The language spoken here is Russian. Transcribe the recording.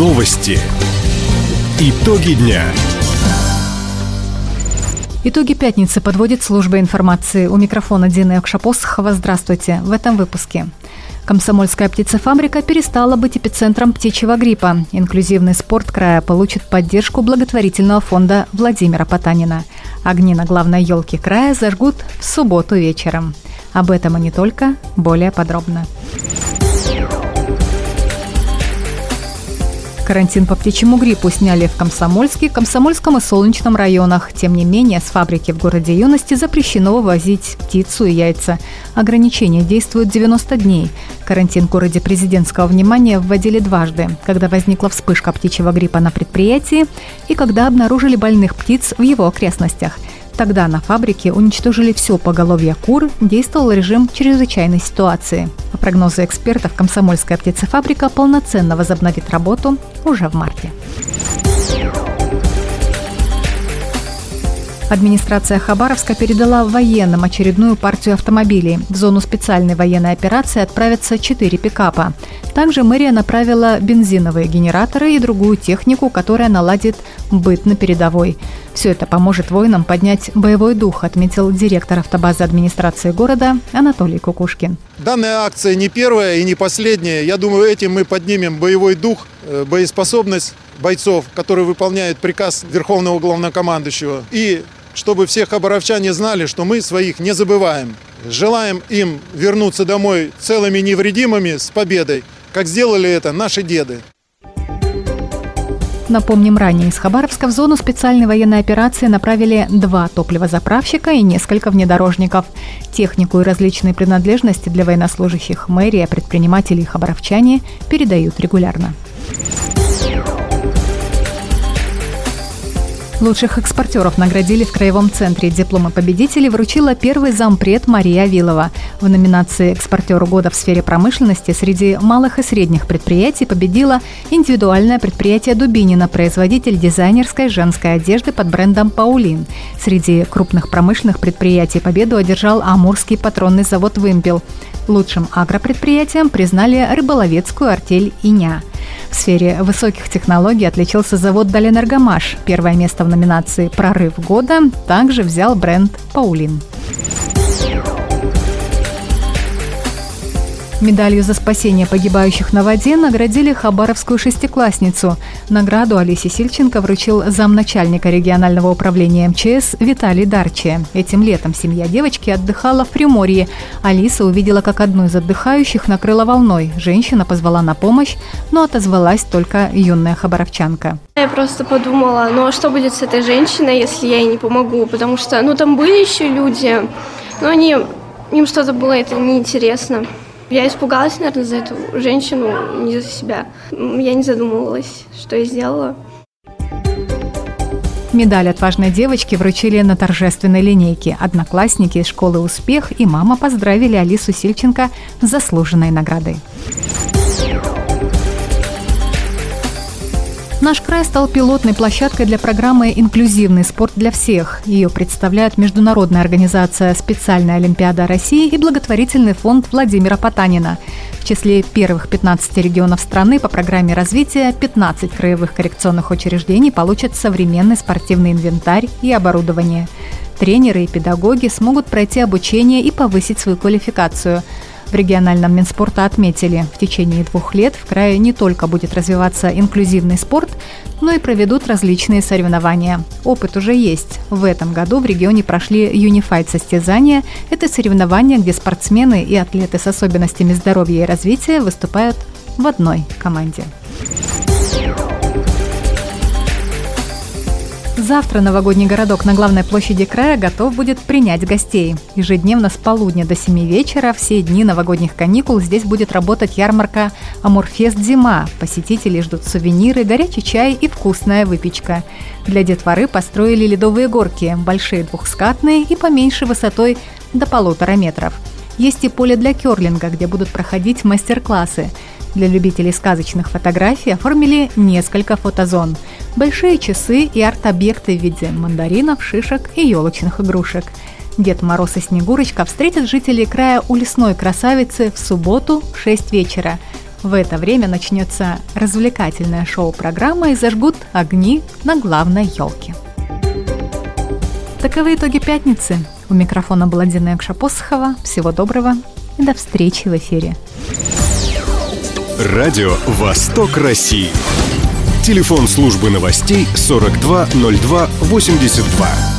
Новости. Итоги дня. Итоги пятницы подводит служба информации. У микрофона Дина Якшапосхова. Здравствуйте. В этом выпуске. Комсомольская птицефабрика перестала быть эпицентром птичьего гриппа. Инклюзивный спорт края получит поддержку благотворительного фонда Владимира Потанина. Огни на главной елке края зажгут в субботу вечером. Об этом и не только, более подробно. Карантин по птичьему гриппу сняли в Комсомольске, Комсомольском и Солнечном районах. Тем не менее, с фабрики в городе Юности запрещено вывозить птицу и яйца. Ограничения действуют 90 дней. Карантин в городе президентского внимания вводили дважды, когда возникла вспышка птичьего гриппа на предприятии и когда обнаружили больных птиц в его окрестностях. Тогда на фабрике уничтожили все поголовье кур, действовал режим чрезвычайной ситуации. По прогнозу экспертов, Комсомольская птицефабрика полноценно возобновит работу уже в марте. Администрация Хабаровска передала военным очередную партию автомобилей. В зону специальной военной операции отправятся 4 пикапа. Также мэрия направила бензиновые генераторы и другую технику, которая наладит быт на передовой. Все это поможет воинам поднять боевой дух, отметил директор автобазы администрации города Анатолий Кукушкин. Данная акция не первая и не последняя. Я думаю, этим мы поднимем боевой дух, боеспособность бойцов, которые выполняют приказ Верховного Главнокомандующего. И чтобы все хабаровчане знали, что мы своих не забываем. Желаем им вернуться домой целыми и невредимыми с победой, как сделали это наши деды. Напомним, ранее из Хабаровска в зону специальной военной операции направили 2 топливозаправщика и несколько внедорожников. Технику и различные принадлежности для военнослужащих мэрия, предприниматели и хабаровчане передают регулярно. Лучших экспортеров наградили в Краевом центре. Дипломы победителей вручила первый зампред Мария Авилова. В номинации «Экспортеру года в сфере промышленности» среди малых и средних предприятий победило индивидуальное предприятие Дубинина, производитель дизайнерской женской одежды под брендом «Паулин». Среди крупных промышленных предприятий победу одержал Амурский патронный завод «Вымпел». Лучшим агропредприятием признали рыболовецкую артель «Иня». В сфере высоких технологий отличился завод «Дальэнергомаш». Первое место в номинации «Прорыв года» также взял бренд «Паулин». Медалью за спасение погибающих на воде наградили хабаровскую шестиклассницу. Награду Алисе Сильченко вручил замначальника регионального управления МЧС Виталий Дарчи. Этим летом семья девочки отдыхала в Приморье. Алиса увидела, как одну из отдыхающих накрыла волной. Женщина позвала на помощь, но отозвалась только юная хабаровчанка. Я просто подумала, а что будет с этой женщиной, если я ей не помогу? Потому что, там были еще люди, но им что-то было это неинтересно. Я испугалась, наверное, за эту женщину, не за себя. Я не задумывалась, что я сделала. Медаль отважной девочки вручили на торжественной линейке. Одноклассники из школы «Успех» и мама поздравили Алису Сильченко с заслуженной наградой. Наш край стал пилотной площадкой для программы «Инклюзивный спорт для всех». Ее представляют международная организация «Специальная Олимпиада России» и благотворительный фонд Владимира Потанина. В числе первых 15 регионов страны по программе развития 15 краевых коррекционных учреждений получат современный спортивный инвентарь и оборудование. Тренеры и педагоги смогут пройти обучение и повысить свою квалификацию. В региональном Минспорта отметили, в течение 2 лет в крае не только будет развиваться инклюзивный спорт, но и проведут различные соревнования. Опыт уже есть. В этом году в регионе прошли юнифайд-состязания. Это соревнования, где спортсмены и атлеты с особенностями здоровья и развития выступают в одной команде. Завтра новогодний городок на главной площади края готов будет принять гостей. Ежедневно с полудня до 7 вечера, все дни новогодних каникул, здесь будет работать ярмарка «Амурфест Зима». Посетители ждут сувениры, горячий чай и вкусная выпечка. Для детворы построили ледовые горки, большие двухскатные и поменьше высотой до 1,5 метров. Есть и поле для керлинга, где будут проходить мастер-классы. Для любителей сказочных фотографий оформили несколько фотозон. Большие часы и арт-объекты в виде мандаринов, шишек и елочных игрушек. Дед Мороз и Снегурочка встретят жителей края у лесной красавицы в субботу в 6 вечера. В это время начнется развлекательное шоу-программа и зажгут огни на главной елке. Таковы итоги пятницы. У микрофона была Дина Якшапосхова. Всего доброго и до встречи в эфире. Радио «Восток России». Телефон службы новостей 420282.